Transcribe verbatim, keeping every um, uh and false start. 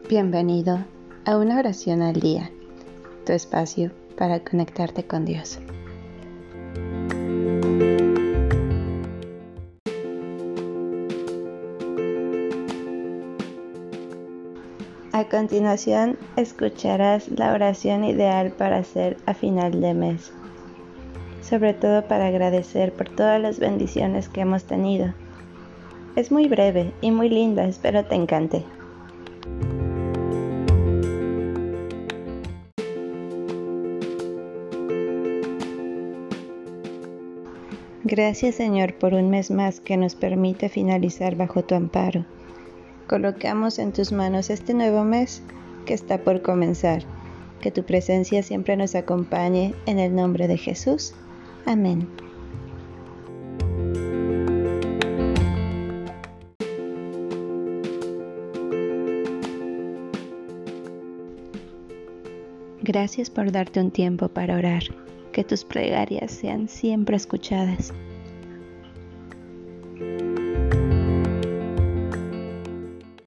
Bienvenido a una oración al día, tu espacio para conectarte con Dios. A continuación, escucharás la oración ideal para hacer a final de mes, sobre todo para agradecer por todas las bendiciones que hemos tenido. Es muy breve y muy linda, espero te encante. Gracias, Señor, por un mes más que nos permite finalizar bajo tu amparo. Colocamos en tus manos este nuevo mes que está por comenzar. Que tu presencia siempre nos acompañe en el nombre de Jesús. Amén. Gracias por darte un tiempo para orar. Que tus plegarias sean siempre escuchadas.